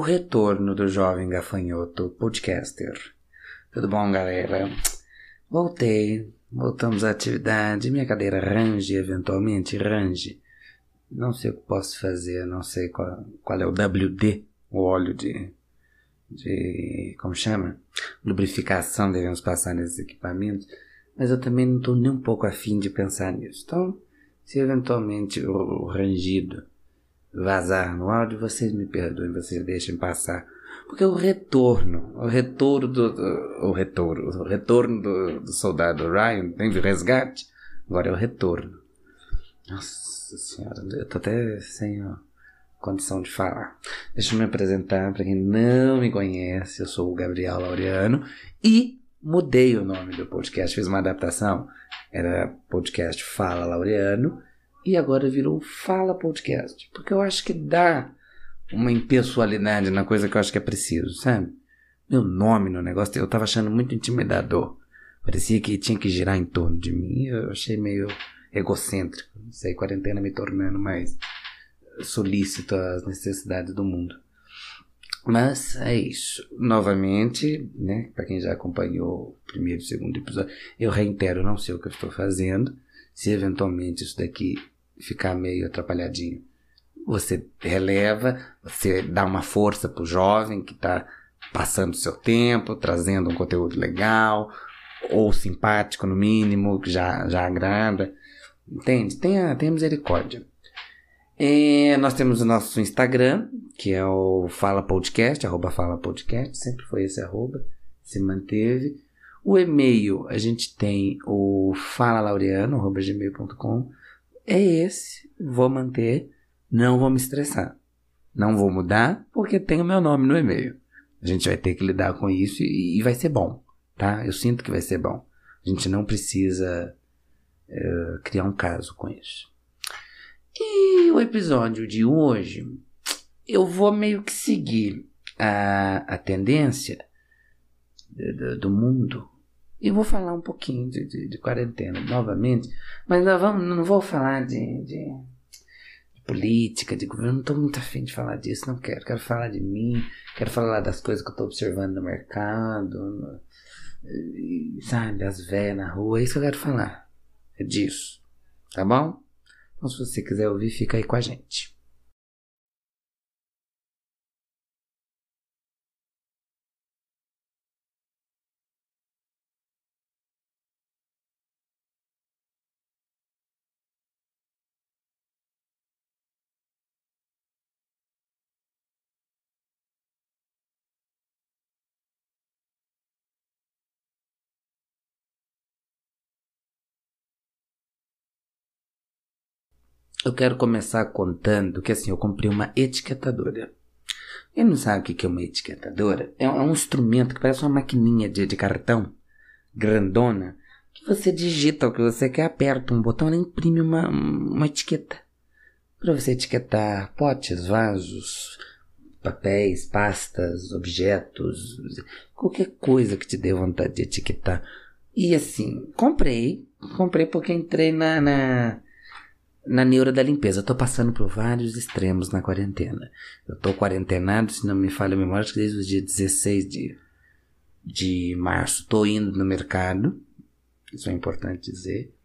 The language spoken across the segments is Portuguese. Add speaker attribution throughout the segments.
Speaker 1: retorno do jovem gafanhoto podcaster. Tudo bom, galera? Voltamos à atividade. Minha cadeira range, eventualmente range. Não sei o que posso fazer, não sei qual é o WD, o óleo de como chama? Lubrificação devemos passar nesses equipamentos, mas eu também não estou nem um pouco afim de pensar nisso. Então, se eventualmente o rangido vazar no áudio, vocês me perdoem, vocês deixem passar, porque o retorno do soldado Ryan, teve resgate, agora é o retorno. Nossa senhora, eu tô até sem condição de falar. Deixa eu me apresentar para quem não me conhece. Eu sou o Gabriel Laureano e mudei o nome do podcast, fiz uma adaptação. Era podcast Fala Laureano e agora virou Fala Podcast, porque eu acho que dá uma impessoalidade na coisa que eu acho que é preciso, sabe? Meu nome no negócio eu tava achando muito intimidador, parecia que tinha que girar em torno de mim. Eu achei meio egocêntrico, não sei, quarentena me tornando mais solícito às necessidades do mundo. Mas é isso. Novamente, né, para quem já acompanhou o primeiro e segundo episódio, eu reitero, não sei o que eu estou fazendo. Se eventualmente isso daqui ficar meio atrapalhadinho, você releva, você dá uma força pro jovem que está passando o seu tempo, trazendo um conteúdo legal, ou simpático no mínimo, que já agrada. Entende? Tenha misericórdia. Nós temos o nosso Instagram, que é o Fala Podcast, @Fala Podcast, sempre foi esse @, se manteve. O e-mail, a gente tem o falalaureano@gmail.com, é esse, vou manter, não vou me estressar, não vou mudar, porque tem o meu nome no e-mail. A gente vai ter que lidar com isso e vai ser bom, tá? Eu sinto que vai ser bom. A gente não precisa criar um caso com isso. E o episódio de hoje, eu vou meio que seguir a tendência do mundo e vou falar um pouquinho de quarentena novamente, mas não vou falar de política, de governo, não estou muito afim de falar disso, não quero falar de mim, quero falar das coisas que eu estou observando no mercado, sabe, as velhas na rua, é isso que eu quero falar, é disso, tá bom? Então, se você quiser ouvir, fica aí com a gente. Eu quero começar contando que, assim, eu comprei uma etiquetadora. Quem não sabe o que é uma etiquetadora? É um instrumento que parece uma maquininha de cartão, grandona, que você digita o que você quer, aperta um botão e imprime uma etiqueta. Para você etiquetar potes, vasos, papéis, pastas, objetos, qualquer coisa que te dê vontade de etiquetar. E assim, comprei porque entrei na neura da limpeza. Eu tô passando por vários extremos na quarentena. Eu tô quarentenado, se não me falha a memória, acho que desde o dia 16 de março. Tô indo no mercado, isso é importante dizer.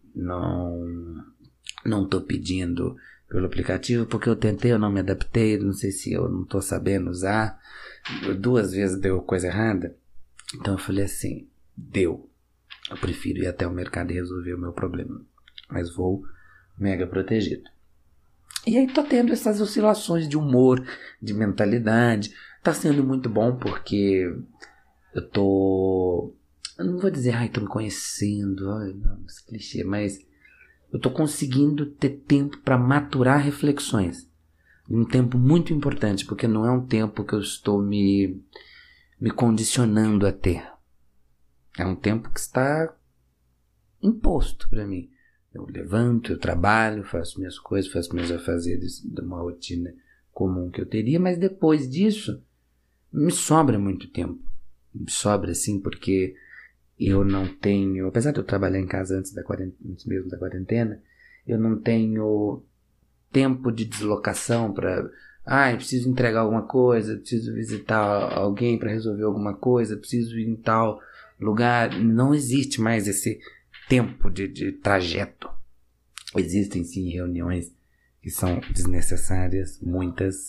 Speaker 1: Não tô pedindo pelo aplicativo, porque eu tentei, eu não me adaptei, não sei se eu não tô sabendo usar. 2 vezes deu coisa errada. Então eu falei assim, eu prefiro ir até o mercado e resolver o meu problema. Mas vou mega protegido. E aí tô tendo essas oscilações de humor, de mentalidade. Tá sendo muito bom porque eu não vou dizer, tô me conhecendo, não, esse clichê, mas eu tô conseguindo ter tempo para maturar reflexões. Um tempo muito importante, porque não é um tempo que eu estou me condicionando a ter. É um tempo que está imposto para mim. Eu levanto, eu trabalho, faço minhas coisas, faço meus afazeres de uma rotina comum que eu teria, mas depois disso me sobra muito tempo. Me sobra assim porque eu não tenho, apesar de eu trabalhar em casa antes mesmo da quarentena, eu não tenho tempo de deslocação para Eu preciso entregar alguma coisa, preciso visitar alguém para resolver alguma coisa, preciso ir em tal lugar. Não existe mais esse tempo de trajeto. Existem sim reuniões que são desnecessárias, muitas,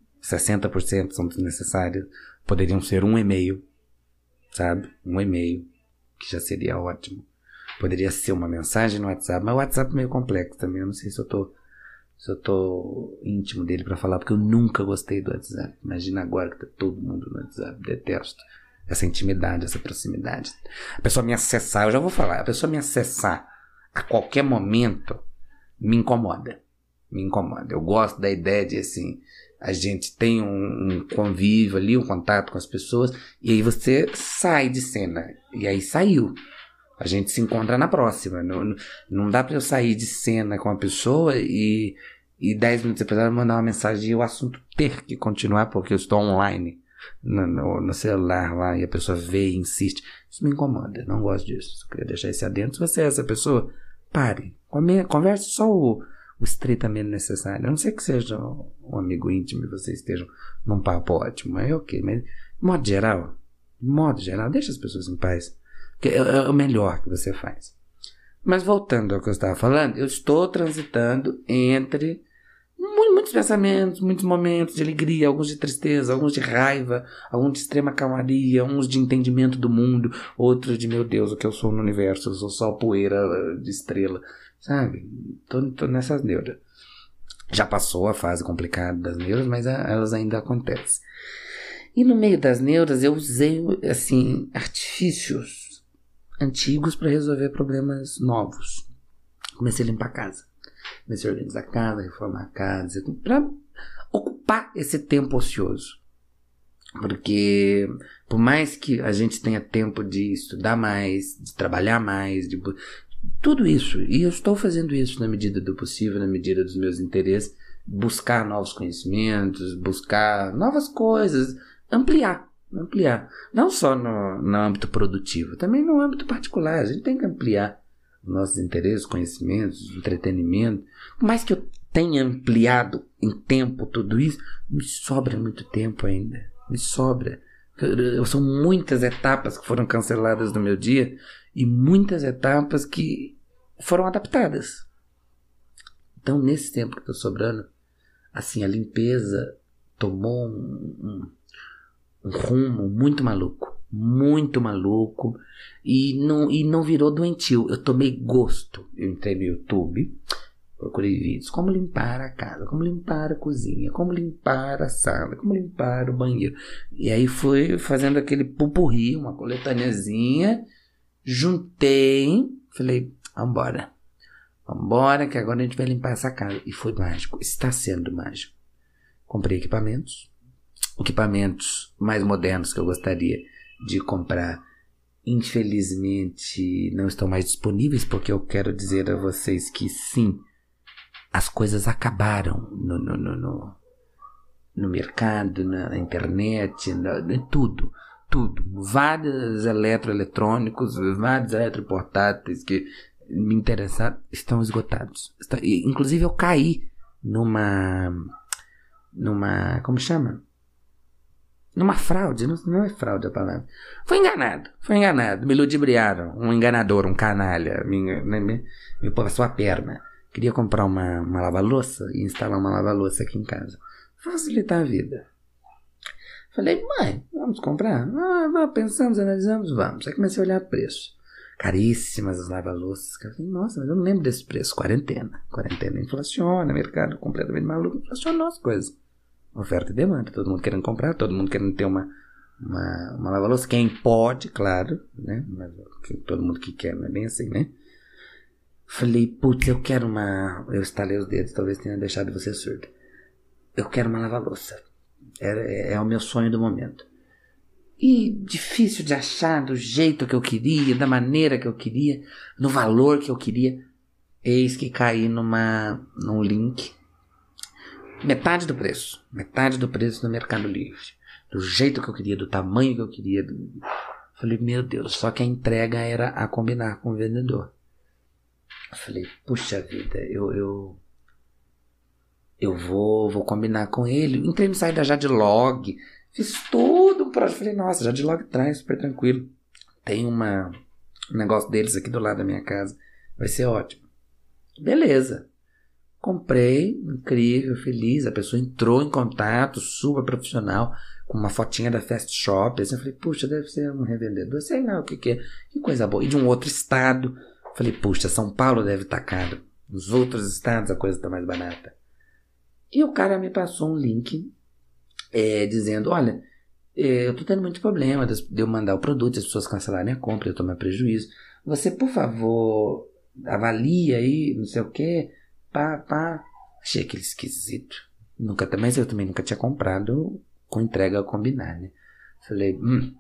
Speaker 1: 60% são desnecessárias, poderiam ser um e-mail, sabe? Um e-mail, que já seria ótimo. Poderia ser uma mensagem no WhatsApp, mas o WhatsApp é meio complexo também, eu não sei se eu tô íntimo dele pra falar, porque eu nunca gostei do WhatsApp. Imagina agora que tá todo mundo no WhatsApp, detesto essa intimidade, essa proximidade. A pessoa me acessar, eu já vou falar, a pessoa me acessar a qualquer momento me incomoda. Eu gosto da ideia de, assim, a gente tem um convívio ali, um contato com as pessoas, e aí você sai de cena. E aí saiu. A gente se encontra na próxima. Não dá pra eu sair de cena com a pessoa e 10 minutos depois ela mandar uma mensagem e o assunto ter que continuar porque eu estou online no celular lá e a pessoa vê e insiste. Isso me incomoda. Não gosto disso. Só queria deixar isso adentro. Se você é essa pessoa, pare. Converse só o estritamente necessário. A não ser que seja um amigo íntimo e vocês estejam num papo ótimo. É ok. Mas, de modo geral, deixa as pessoas em paz. Que é o melhor que você faz. Mas voltando ao que eu estava falando, eu estou transitando entre muitos pensamentos, muitos momentos de alegria, alguns de tristeza, alguns de raiva, alguns de extrema calmaria, uns de entendimento do mundo, outros de, meu Deus, o que eu sou no universo, eu sou só poeira de estrela, sabe? Tô nessas neuras. Já passou a fase complicada das neuras, mas elas ainda acontecem. E no meio das neuras eu usei, assim, artifícios antigos para resolver problemas novos. Comecei a limpar a casa. Comecei a organizar a casa, reformar a casa, para ocupar esse tempo ocioso. Porque por mais que a gente tenha tempo de estudar mais, de trabalhar mais, tudo isso, e eu estou fazendo isso na medida do possível, na medida dos meus interesses, buscar novos conhecimentos, buscar novas coisas, ampliar. Não só no âmbito produtivo, também no âmbito particular. A gente tem que ampliar os nossos interesses, conhecimentos, entretenimento. Por mais que eu tenha ampliado em tempo tudo isso, me sobra muito tempo ainda. Me sobra. São muitas etapas que foram canceladas no meu dia e muitas etapas que foram adaptadas. Então, nesse tempo que está sobrando, assim, a limpeza tomou um rumo muito maluco e não virou doentio. Eu tomei gosto. Eu entrei no YouTube, procurei vídeos, como limpar a casa, como limpar a cozinha, como limpar a sala, como limpar o banheiro, e aí fui fazendo aquele pupurri, uma coletâneazinha, juntei, falei, vambora que agora a gente vai limpar essa casa. E foi mágico, está sendo mágico. Comprei equipamentos mais modernos que eu gostaria de comprar, infelizmente não estão mais disponíveis, porque eu quero dizer a vocês que sim, as coisas acabaram no mercado, na internet, tudo. Vários eletroeletrônicos, vários eletroportáteis que me interessaram estão esgotados. Inclusive eu caí numa como chama? Numa fraude, não é fraude a palavra. Fui enganado, me ludibriaram, um enganador, um canalha, me passou a perna. Queria comprar uma lava-louça e instalar uma lava-louça aqui em casa. Facilitar a vida. Falei, mãe, vamos comprar? Pensamos, analisamos, vamos. Aí comecei a olhar o preço. Caríssimas as lava-louças. Falei, nossa, mas eu não lembro desse preço. Quarentena inflaciona, mercado completamente maluco, inflacionou as coisas. Oferta e demanda, todo mundo querendo comprar, todo mundo querendo ter uma lava-louça. Quem pode, claro, né? Mas todo mundo que quer, não é bem assim, né? Falei, putz, eu quero eu estalei os dedos, talvez tenha deixado você surdo. Eu quero uma lava-louça. É o meu sonho do momento. E difícil de achar do jeito que eu queria, da maneira que eu queria, no valor que eu queria. Eis que caí num link. Metade do preço no Mercado Livre, do jeito que eu queria, do tamanho que eu queria. Falei, meu Deus, só que a entrega era a combinar com o vendedor. Falei, puxa vida, eu eu vou combinar com ele. Entrei no site da Jadlog, fiz todo um projeto. Falei, nossa, Jadlog traz, super tranquilo. Tem um negócio deles aqui do lado da minha casa. Vai ser ótimo. Beleza. Comprei, incrível, feliz. A pessoa entrou em contato, super profissional, com uma fotinha da Fast Shop. Assim, eu falei, puxa, deve ser um revendedor. Sei lá o que é. Que coisa boa. E de um outro estado. Falei, puxa, São Paulo deve estar caro. Nos outros estados a coisa está mais barata. E o cara me passou um link dizendo, olha, eu tô tendo muito problema de eu mandar o produto, as pessoas cancelarem a compra, eu tomar prejuízo. Você, por favor, avalia aí, não sei o quê. Pá. Achei aquele esquisito. Mas eu também nunca tinha comprado com entrega ao combinar, né? Falei,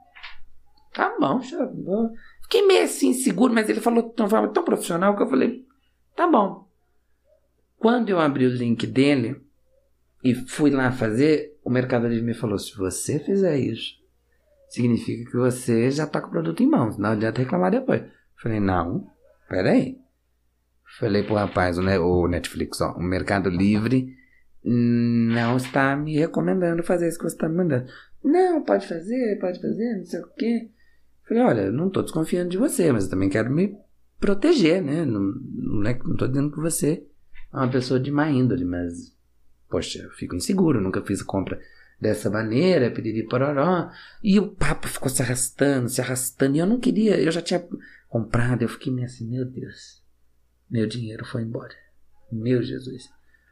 Speaker 1: tá bom, fiquei meio assim inseguro, mas ele falou de uma forma tão profissional que eu falei, tá bom. Quando eu abri o link dele e fui lá fazer, o Mercado Livre me falou, se você fizer isso, significa que você já tá com o produto em mãos, não adianta reclamar depois. Falei, não, peraí. Falei pro rapaz, o Netflix, o Mercado Livre não está me recomendando fazer isso que você está me mandando. Não, pode fazer, não sei o quê. Falei, olha, eu não estou desconfiando de você, mas eu também quero me proteger, né? Não estou dizendo que você é uma pessoa de má índole, mas, poxa, eu fico inseguro, nunca fiz compra dessa maneira, piriri pororó. E o papo ficou se arrastando, e eu não queria, eu já tinha comprado, eu fiquei meio assim, meu Deus. Meu dinheiro foi embora. Meu Jesus.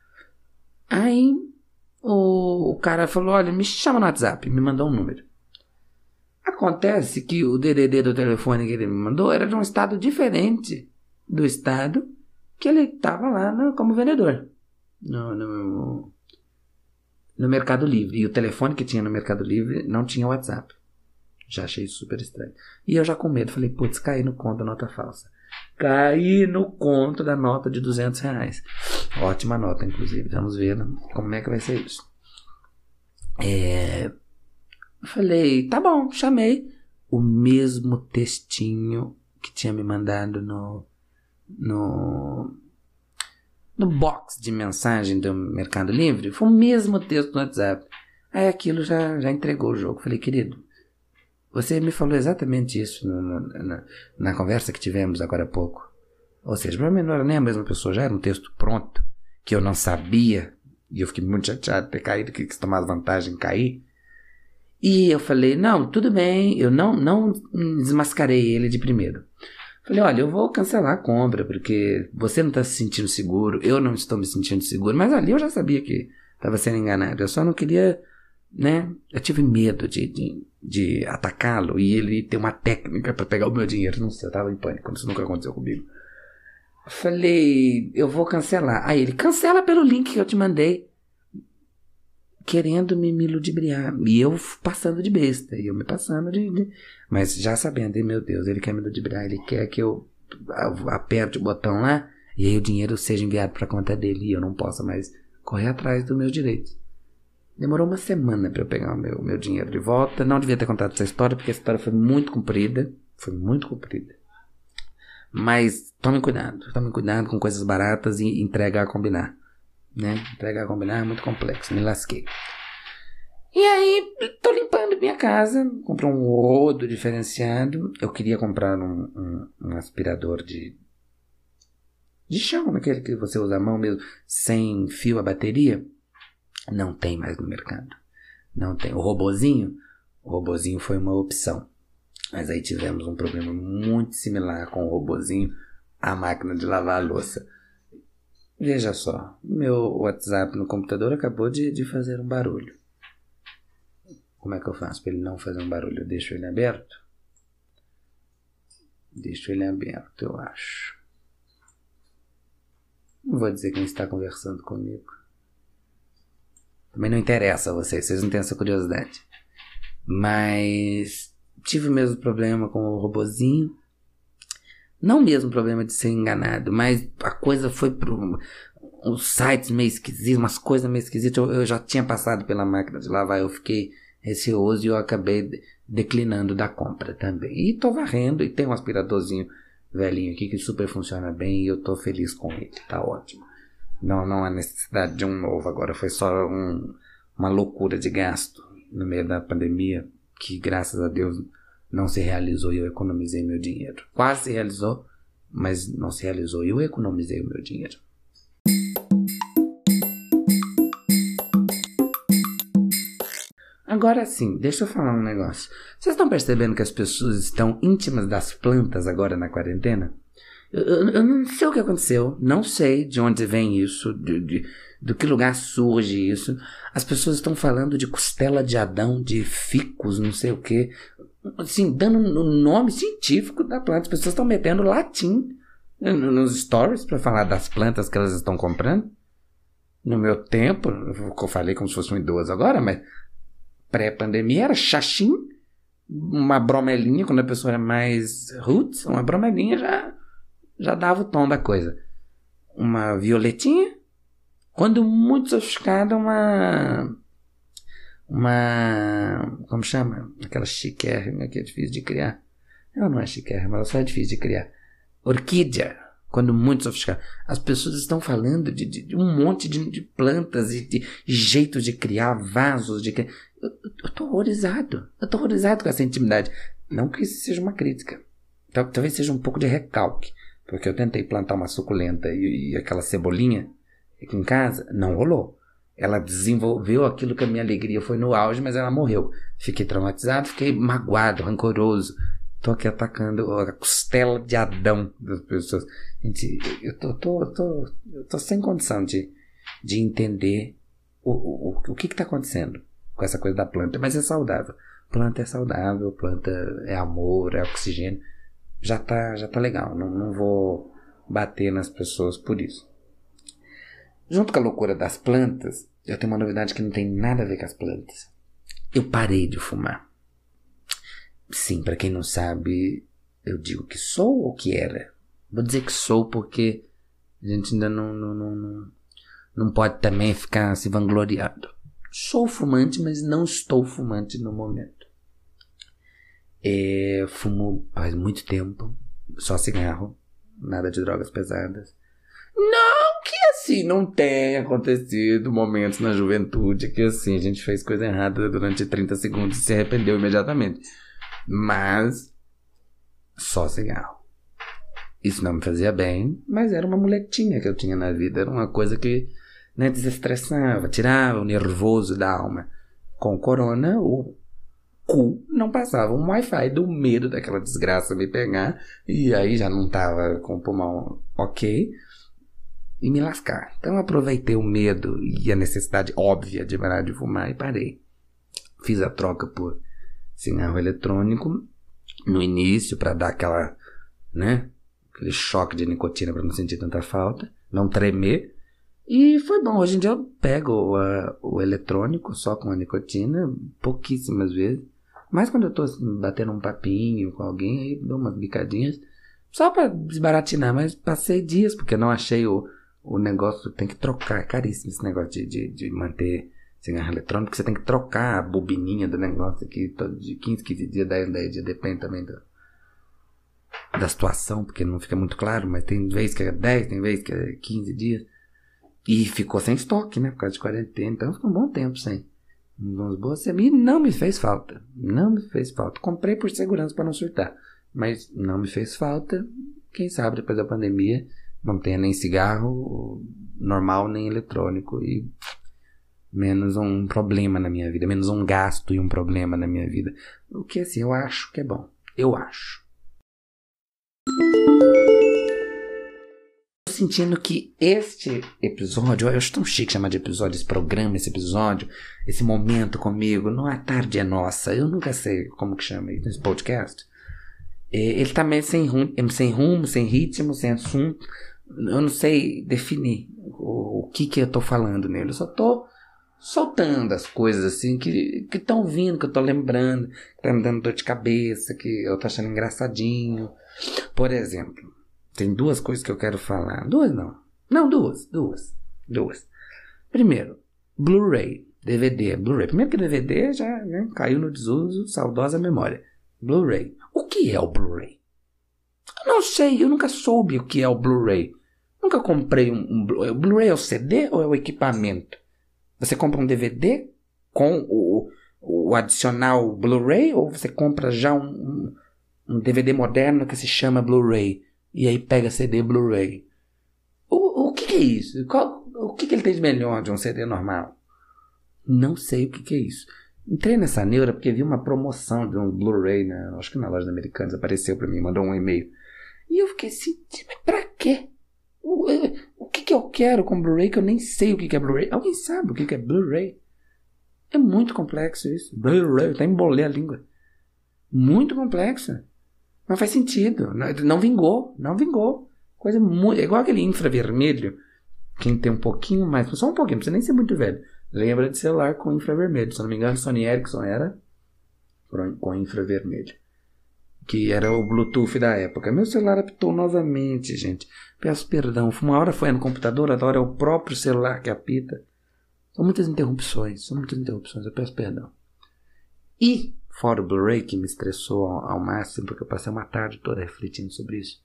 Speaker 1: Aí o cara falou, olha, me chama no WhatsApp. Me mandou um número. Acontece que o DDD do telefone que ele me mandou era de um estado diferente do estado que ele estava lá como vendedor. No Mercado Livre. E o telefone que tinha no Mercado Livre não tinha WhatsApp. Já achei super estranho. E eu já com medo. Falei, putz, caí no conto da nota falsa. Caí no conto da nota de R$200. Ótima nota, inclusive. Vamos ver como é que vai ser isso. Falei, tá bom, chamei. O mesmo textinho que tinha me mandado no box de mensagem do Mercado Livre. Foi o mesmo texto no WhatsApp. Aí aquilo já entregou o jogo. Falei, querido, você me falou exatamente isso na conversa que tivemos agora há pouco. Ou seja, para mim não era nem a mesma pessoa, já era um texto pronto, que eu não sabia, e eu fiquei muito chateado de ter caído, que quis tomar vantagem em cair. E eu falei, não, tudo bem, eu não desmascarei ele de primeiro. Falei, olha, eu vou cancelar a compra, porque você não está se sentindo seguro, eu não estou me sentindo seguro, mas ali eu já sabia que estava sendo enganado, eu só não queria, né, eu tive medo de atacá-lo e ele ter uma técnica para pegar o meu dinheiro. Não sei, eu tava em pânico, isso nunca aconteceu comigo. Falei, eu vou cancelar. Aí ele, cancela pelo link que eu te mandei, querendo me ludibriar. E eu passando de besta, e eu me passando mas já sabendo, meu Deus, ele quer me ludibriar, ele quer que eu aperte o botão lá e aí o dinheiro seja enviado para a conta dele e eu não possa mais correr atrás dos meus direitos. Demorou uma semana para eu pegar o meu dinheiro de volta. Não devia ter contado essa história, porque a história foi muito comprida. Mas tomem cuidado com coisas baratas e entrega a combinar. Né? Entrega a combinar é muito complexo, me lasquei. E aí, tô limpando minha casa. Comprei um rodo diferenciado. Eu queria comprar um aspirador de chão, aquele que você usa a mão mesmo, sem fio a bateria. Não tem mais no mercado. Não tem. O robozinho foi uma opção. Mas aí tivemos um problema muito similar com o robozinho, a máquina de lavar a louça. Veja só, meu WhatsApp no computador acabou de fazer um barulho. Como é que eu faço para ele não fazer um barulho? Eu deixo ele aberto? Deixo ele aberto, eu acho. Não vou dizer quem está conversando comigo. Também não interessa a vocês não têm essa curiosidade. Mas tive o mesmo problema com o robozinho. Não o mesmo problema de ser enganado, mas a coisa foi para uns sites meio esquisitos, umas coisas meio esquisitas. Eu já tinha passado pela máquina de lavar, eu fiquei receoso e eu acabei declinando da compra também. E tô varrendo, e tem um aspiradorzinho velhinho aqui que super funciona bem e eu tô feliz com ele, tá ótimo. Não há necessidade de um novo agora. Foi só uma loucura de gasto no meio da pandemia que, graças a Deus, não se realizou e eu economizei meu dinheiro. Quase se realizou, mas não se realizou e eu economizei o meu dinheiro. Agora sim, deixa eu falar um negócio. Vocês estão percebendo que as pessoas estão íntimas das plantas agora na quarentena? Eu não sei o que aconteceu, não sei de onde vem isso, do que lugar surge isso. As pessoas estão falando de costela de Adão, de ficus, não sei o que, assim, dando o nome científico da planta. As pessoas estão metendo latim nos stories para falar das plantas que elas estão comprando. No meu tempo, eu falei como se fosse um idoso agora, mas pré-pandemia era xaxim, uma bromelinha, quando a pessoa era mais roots, uma bromelinha já dava o tom da coisa. Uma violetinha, quando muito sofisticada, uma como chama? Aquela chiquérrima que é difícil de criar. Ela não é chiquérrima, ela só é difícil de criar. Orquídea, quando muito sofisticada. As pessoas estão falando de um monte de plantas e de jeitos de criar, vasos de criar. Eu tô horrorizado com essa intimidade. Não que isso seja uma crítica, talvez seja um pouco de recalque, porque eu tentei plantar uma suculenta e aquela cebolinha aqui em casa, não rolou. Ela desenvolveu aquilo que a minha alegria foi no auge, mas ela morreu. Fiquei traumatizado, fiquei magoado, rancoroso. Tô aqui atacando a costela de Adão das pessoas. Gente, eu tô sem condição de entender o que tá acontecendo com essa coisa da planta. Mas é saudável. Planta é saudável, planta é amor, é oxigênio. Já tá legal. Não vou bater nas pessoas por isso. Junto com a loucura das plantas, eu tenho uma novidade que não tem nada a ver com as plantas. Eu parei de fumar. Sim, pra quem não sabe, eu digo que sou ou que era. Vou dizer que sou porque a gente ainda não pode também ficar se vangloriando. Sou fumante, mas não estou fumante no momento. Fumo faz muito tempo, só cigarro, nada de drogas pesadas. Não que assim não tenha acontecido momentos na juventude que assim a gente fez coisa errada durante 30 segundos e se arrependeu imediatamente. Mas só cigarro. Isso não me fazia bem, mas era uma muletinha que eu tinha na vida. Era uma coisa que, né, desestressava, tirava o nervoso da alma. Com o corona, o cu não passava um Wi-Fi do medo daquela desgraça me pegar. E aí já não tava com o pulmão ok. E me lascar. Então eu aproveitei o medo e a necessidade óbvia de parar de fumar e parei. Fiz a troca por cigarro eletrônico no início para dar aquela, né, aquele choque de nicotina para não sentir tanta falta, não tremer. E foi bom. Hoje em dia eu pego o eletrônico só com a nicotina pouquíssimas vezes. Mas quando eu tô batendo um papinho com alguém, aí dou umas bicadinhas só para desbaratinar. Mas passei dias porque não achei o negócio. Tem que trocar, é caríssimo esse negócio de manter cigarro eletrônico, porque você tem que trocar a bobininha do negócio aqui de 15 dias, 10 dias, depende também da situação, porque não fica muito claro, mas tem vez que é 10, tem vez que é 15 dias. E ficou sem estoque, né, por causa de quarentena, então ficou um bom tempo sem. Umas boas semanas, e não me fez falta. Comprei por segurança para não surtar, mas não me fez falta. Quem sabe depois da pandemia não tenha nem cigarro normal, nem eletrônico, e menos um problema na minha vida, menos um gasto e um problema na minha vida. O que assim, eu acho que é bom. Eu acho. Tô sentindo que este episódio, eu acho tão chique chamar de episódio, esse programa, esse episódio, esse momento comigo, não, a tarde é nossa, eu nunca sei como que chama isso, nesse podcast. Ele tá meio sem rumo, sem ritmo, sem assunto. Eu não sei definir o que eu tô falando nele, eu só tô soltando as coisas assim que estão vindo, que eu tô lembrando, que tá me dando dor de cabeça, que eu tô achando engraçadinho. Por exemplo, tem duas coisas que eu quero falar. Duas. Primeiro, Blu-ray, DVD, Blu-ray. Primeiro que DVD já, né, caiu no desuso, saudosa memória. Blu-ray. O que é o Blu-ray? Eu não sei, eu nunca soube o que é o Blu-ray. Nunca comprei um Blu-ray. O Blu-ray é o CD ou é o equipamento? Você compra um DVD com o adicional Blu-ray ou você compra já um DVD moderno que se chama Blu-ray e aí pega CD Blu-ray? O que é isso? O que ele tem de melhor de um CD normal? Não sei o que é isso. Entrei nessa neura porque vi uma promoção de um Blu-ray, né? Acho que na loja Americanas apareceu pra mim, mandou um e-mail. E eu fiquei assim, mas pra quê? O que eu quero com Blu-ray que eu nem sei o que é Blu-ray? Alguém sabe o que é Blu-ray? É muito complexo isso. Blu-ray, até embolei a língua. Muito complexo. Não faz sentido. Não vingou. Coisa muito... É igual aquele infravermelho. Quem tem um pouquinho mais... Só um pouquinho, não precisa nem ser muito velho. Lembra de celular com infravermelho. Se eu não me engano, Sony Ericsson era com infravermelho. Que era o Bluetooth da época. Meu celular apitou novamente, gente. Peço perdão. Uma hora foi no computador, outra hora é o próprio celular que apita. São muitas interrupções. Eu peço perdão. E, fora o Blu-ray, que me estressou ao máximo, porque eu passei uma tarde toda refletindo sobre isso,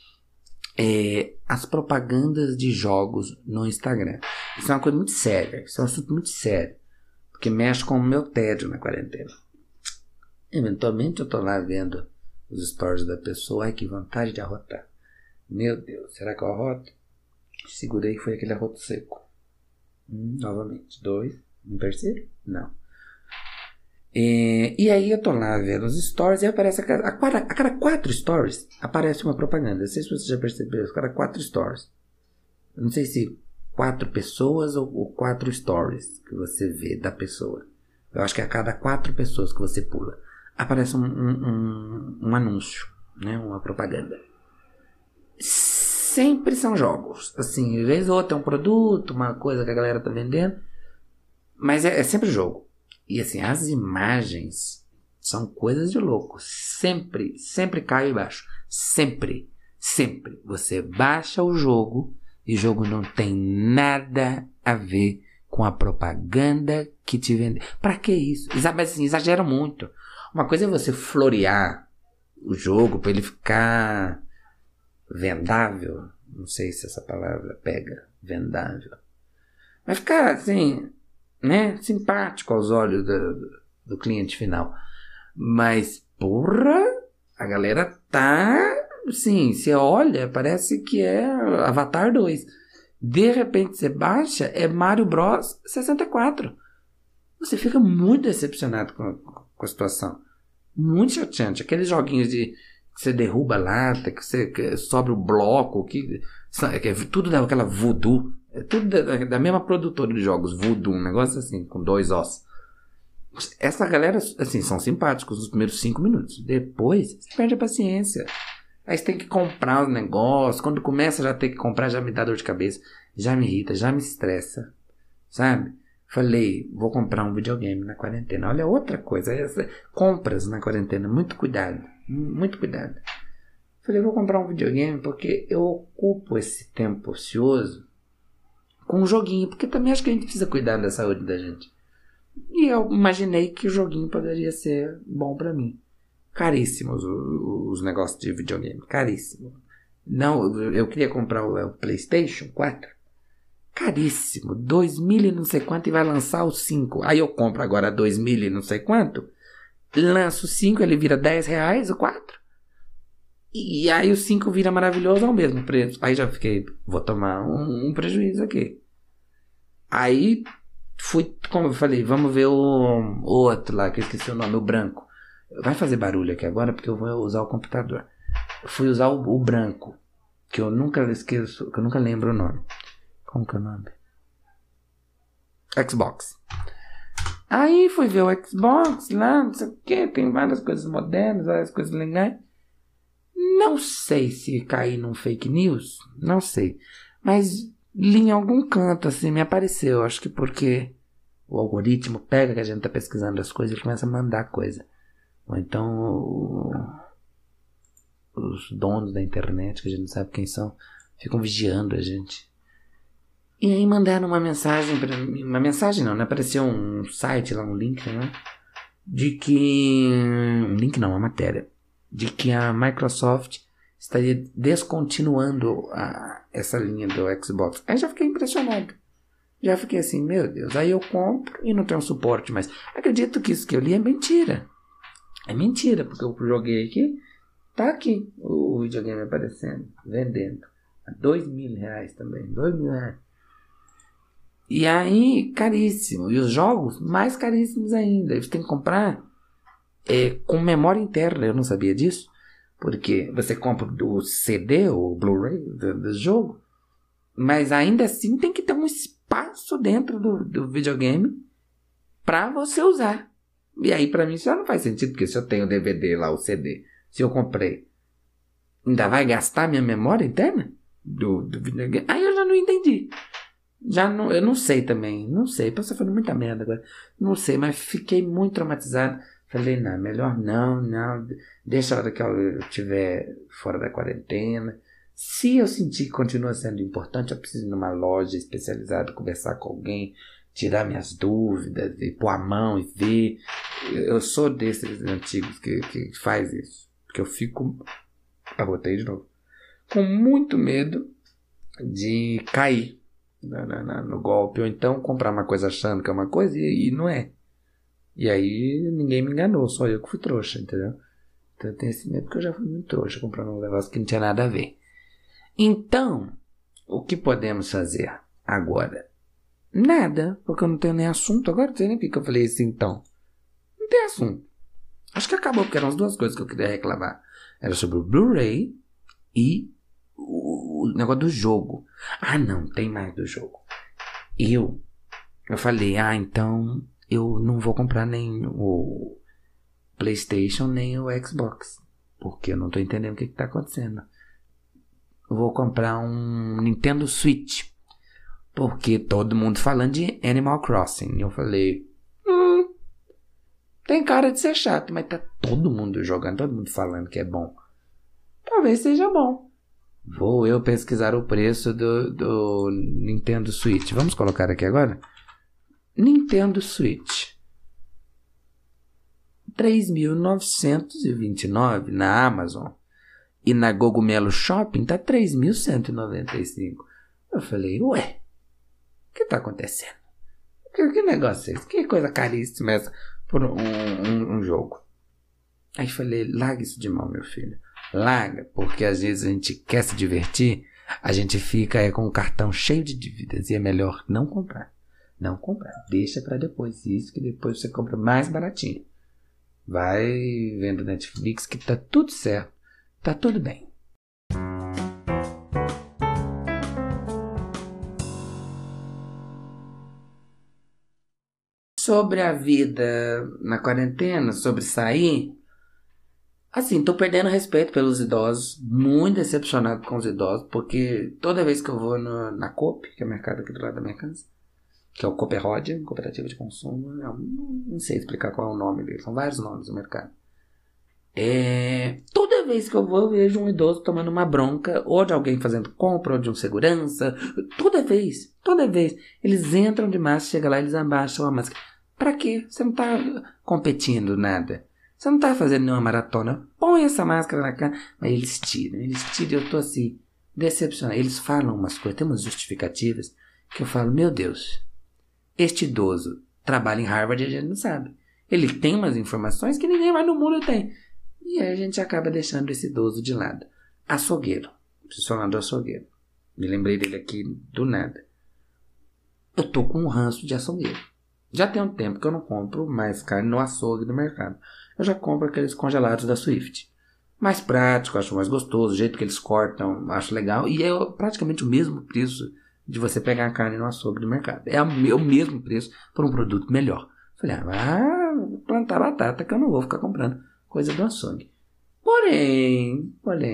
Speaker 1: as propagandas de jogos no Instagram. Isso é uma coisa muito séria. Isso é um assunto muito sério. Porque mexe com o meu tédio na quarentena. Eventualmente eu tô lá vendo os stories da pessoa. Ai, que vontade de arrotar. Meu Deus, será que eu arroto? Segurei e foi aquele arroto seco. Novamente. 2. Um terceiro? Não. E aí eu tô lá vendo os stories e aparece a cada 4 stories aparece uma propaganda. Não sei se você já percebeu. A cada 4 stories. Eu não sei se 4 pessoas ou 4 stories que você vê da pessoa. Eu acho que a cada 4 pessoas que você pula aparece um anúncio, né? Uma propaganda. Sempre são jogos. Assim, às vezes outra é um produto, uma coisa que a galera tá vendendo. Mas é sempre jogo. E assim, as imagens são coisas de louco. Sempre cai embaixo. Sempre. Você baixa o jogo e o jogo não tem nada a ver com a propaganda que te vende. Pra que isso? Mas assim, exageram muito. Uma coisa é você florear o jogo pra ele ficar vendável. Não sei se essa palavra pega. Vendável. Vai ficar assim, né? Simpático aos olhos do cliente final. Mas, porra, a galera tá... Sim, você olha, parece que é Avatar 2. De repente você baixa, é Mario Bros 64. Você fica muito decepcionado com a situação. Muito chateante. Aqueles joguinhos que você derruba a lata, que sobra o bloco, que é tudo daquela Voodoo. É tudo da mesma produtora de jogos, Voodoo, um negócio assim, com 2 ossos. Essa galera, assim, são simpáticos nos primeiros 5 minutos. Depois, você perde a paciência. Aí você tem que comprar os negócios. Quando começa já ter que comprar, já me dá dor de cabeça. Já me irrita, já me estressa. Sabe? Falei, vou comprar um videogame na quarentena. Olha, outra coisa. Compras na quarentena. Muito cuidado. Muito cuidado. Falei, vou comprar um videogame porque eu ocupo esse tempo ocioso com um joguinho. Porque também acho que a gente precisa cuidar da saúde da gente. E eu imaginei que o joguinho poderia ser bom pra mim. Caríssimos os negócios de videogame. Caríssimo. Não, eu queria comprar o PlayStation 4. Caríssimo. 2.000 e não sei quanto e vai lançar o 5. Aí eu compro agora 2.000 e não sei quanto. Lanço o 5, ele vira R$10 o 4. E aí o 5 vira maravilhoso ao mesmo preço. Aí já fiquei, vou tomar um prejuízo aqui. Aí fui, como eu falei, vamos ver o outro lá, que eu esqueci o nome, o branco. Vai fazer barulho aqui agora porque eu vou usar o computador. Eu fui usar o branco, que eu nunca esqueço, que eu nunca lembro o nome. Como que é o nome? Xbox. Aí fui ver o Xbox lá, não sei o que, tem várias coisas modernas, várias coisas legais. Não sei se caí num fake news, não sei. Mas li em algum canto, assim, me apareceu. Acho que porque o algoritmo pega que a gente tá pesquisando as coisas e começa a mandar coisa. Ou então os donos da internet, que a gente não sabe quem são, ficam vigiando a gente. E aí mandaram uma mensagem pra mim. Uma mensagem não, né? Apareceu um site lá, um link, né? De que... Um link não, uma matéria. De que a Microsoft estaria descontinuando essa linha do Xbox. Aí já fiquei impressionado. Já fiquei assim, meu Deus. Aí eu compro e não tenho suporte mais. Acredito que isso que eu li é mentira. É mentira, porque eu joguei aqui. Tá aqui o videogame aparecendo, vendendo. A R$2.000 também. R$2.000. E aí, caríssimo. E os jogos, mais caríssimos ainda. Você tem que comprar com memória interna. Eu não sabia disso. Porque você compra o CD, o Blu-ray do jogo. Mas ainda assim tem que ter um espaço dentro do videogame para você usar. E aí para mim isso já não faz sentido. Porque se eu tenho o DVD lá, o CD, se eu comprei, ainda vai gastar minha memória interna do videogame? Aí eu já não entendi. Eu não sei também. Não sei. Posso falando muita merda agora. Não sei, mas fiquei muito traumatizado. Falei, não, melhor não. Deixa a hora que eu estiver fora da quarentena. Se eu sentir que continua sendo importante, eu preciso ir numa loja especializada, conversar com alguém, tirar minhas dúvidas, e pôr a mão e ver. Eu sou desses antigos que faz isso. Porque eu fico... botei de novo. Com muito medo de cair no golpe. Ou então comprar uma coisa achando que é uma coisa e não é. E aí ninguém me enganou, só eu que fui trouxa, entendeu? Então eu tenho esse medo porque eu já fui muito trouxa comprando um negócio que não tinha nada a ver. Então, o que podemos fazer agora? Nada, porque eu não tenho nem assunto. Agora não sei nem porque eu falei isso então. Não tem assunto. Acho que acabou, porque eram as duas coisas que eu queria reclamar. Era sobre o Blu-ray e o negócio do jogo. Ah, não, tem mais do jogo. Eu falei, então eu não vou comprar nem o PlayStation nem o Xbox. Porque eu não tô entendendo o que tá acontecendo. Eu vou comprar um Nintendo Switch. Porque todo mundo falando de Animal Crossing. Eu falei, tem cara de ser chato, mas tá todo mundo jogando, todo mundo falando que é bom. Talvez seja bom. Vou eu pesquisar o preço do Nintendo Switch. Vamos colocar aqui agora? Nintendo Switch. 3.929 na Amazon. E na Gogumelo Shopping tá 3.195. Eu falei, ué, o que tá acontecendo? Que negócio é esse? Que coisa caríssima essa por um jogo? Aí falei, larga isso de mão, meu filho. Larga, porque às vezes a gente quer se divertir, a gente fica com o cartão cheio de dívidas e é melhor não comprar. Não comprar, deixa pra depois. Isso que depois você compra mais baratinho. Vai vendo Netflix que tá tudo certo. Tá tudo bem. Sobre a vida na quarentena, sobre sair, assim, tô perdendo respeito pelos idosos, muito decepcionado com os idosos, porque toda vez que eu vou na Coop, que é o mercado aqui do lado da minha casa, que é o Cooperod, Cooperativa de Consumo, não sei explicar qual é o nome dele, são vários nomes do mercado. Toda vez que eu vou, eu vejo um idoso tomando uma bronca, ou de alguém fazendo compra, ou de um segurança, toda vez, eles entram de máscara, chega lá, eles abaixam a máscara. Pra quê? Você não tá competindo nada. Você não tá fazendo nenhuma maratona. Põe essa máscara na cara. Mas eles tiram e eu tô assim, decepcionado. Eles falam umas coisas, tem umas justificativas, que eu falo, meu Deus, este idoso trabalha em Harvard e a gente não sabe. Ele tem umas informações que ninguém mais no mundo tem. E aí a gente acaba deixando esse idoso de lado. Açougueiro. Preciso falar do açougueiro. Me lembrei dele aqui do nada. Eu tô com um ranço de açougueiro. Já tem um tempo que eu não compro mais carne no açougue do mercado. Eu já compro aqueles congelados da Swift. Mais prático, acho mais gostoso, o jeito que eles cortam, acho legal. E é praticamente o mesmo preço de você pegar a carne no açougue do mercado. É o mesmo preço por um produto melhor. Falei, vou plantar batata que eu não vou ficar comprando coisa do açougue. Porém,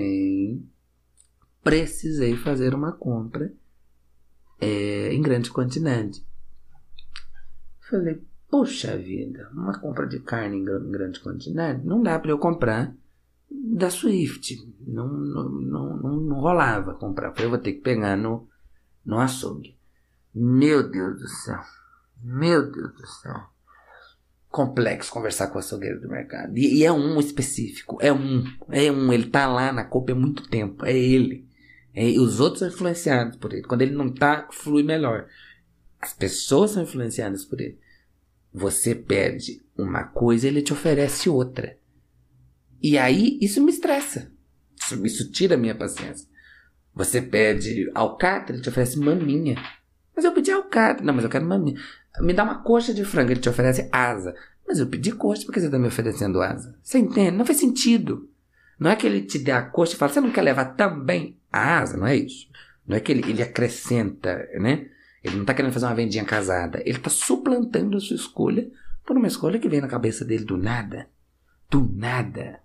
Speaker 1: precisei fazer uma compra em grande quantidade. Falei, poxa vida, uma compra de carne em grande quantidade, não dá para eu comprar da Swift. Não rolava comprar. Eu vou ter que pegar no açougue. Meu Deus do céu. complexo conversar com o açougueiro do mercado. E é um específico. É um. Ele tá lá na Coop há muito tempo. É ele. E os outros são influenciados por ele. Quando ele não tá, flui melhor. As pessoas são influenciadas por ele. Você pede uma coisa e ele te oferece outra. E aí, isso me estressa. Isso tira a minha paciência. Você pede alcatra, ele te oferece maminha. Mas eu pedi alcatra. Não, mas eu quero maminha. Me dá uma coxa de frango, ele te oferece asa. Mas eu pedi coxa, por que você está me oferecendo asa? Você entende? Não faz sentido. Não é que ele te dê a coxa e fala, você não quer levar também a asa? Não é isso. Não é que ele acrescenta, né? Ele não está querendo fazer uma vendinha casada. Ele está suplantando a sua escolha por uma escolha que vem na cabeça dele do nada. Do nada.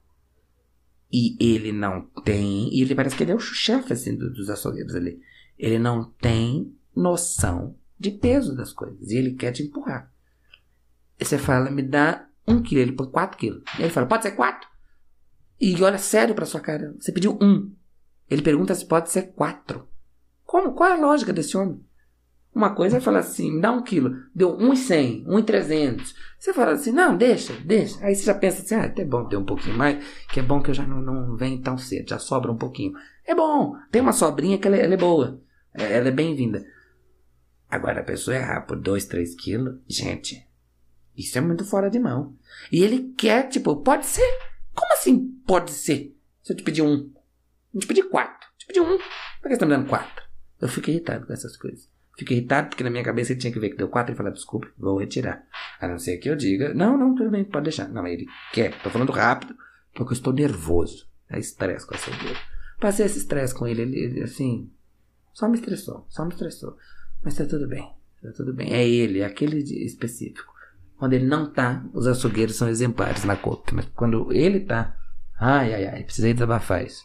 Speaker 1: E ele não tem... E ele parece que ele é o chefe assim, dos açougueiros ali. Ele não tem noção de peso das coisas. E ele quer te empurrar. E você fala, me dá 1 quilo. Ele põe 4 quilos. E ele fala, pode ser 4? E olha sério pra sua cara. Você pediu 1. Ele pergunta se pode ser 4. Como? Qual é a lógica desse homem? Uma coisa é falar assim, me dá 1 quilo. Deu 1,100, 1,300. Você fala assim, não, deixa. Aí você já pensa assim, até bom ter um pouquinho mais, que é bom que eu já não venho tão cedo, já sobra um pouquinho. É bom, tem uma sobrinha que ela é boa. Ela é bem-vinda. Agora a pessoa errar por 2, 3 quilos, gente, isso é muito fora de mão. E ele quer, tipo, pode ser? Como assim pode ser? Se eu te pedir 1, eu te pedi 4, te pedi 1, por que você tá me dando 4? Eu fico irritado com essas coisas. Fico irritado porque na minha cabeça ele tinha que ver que deu 4 e falar, desculpe, vou retirar. A não ser que eu diga, não, tudo bem, pode deixar. Não, ele quer, tô falando rápido porque eu estou nervoso. É estresse com essa dor. Passei esse estresse com ele, assim, só me estressou. Mas tá tudo bem. É ele, é aquele específico. Quando ele não tá, os açougueiros são exemplares na Coop. Mas quando ele tá, ai, precisei desabafar isso.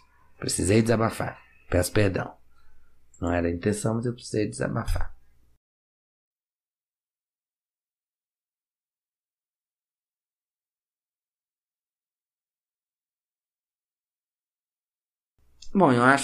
Speaker 1: Peço perdão. Não era a intenção, mas eu precisei desabafar. Bom, eu acho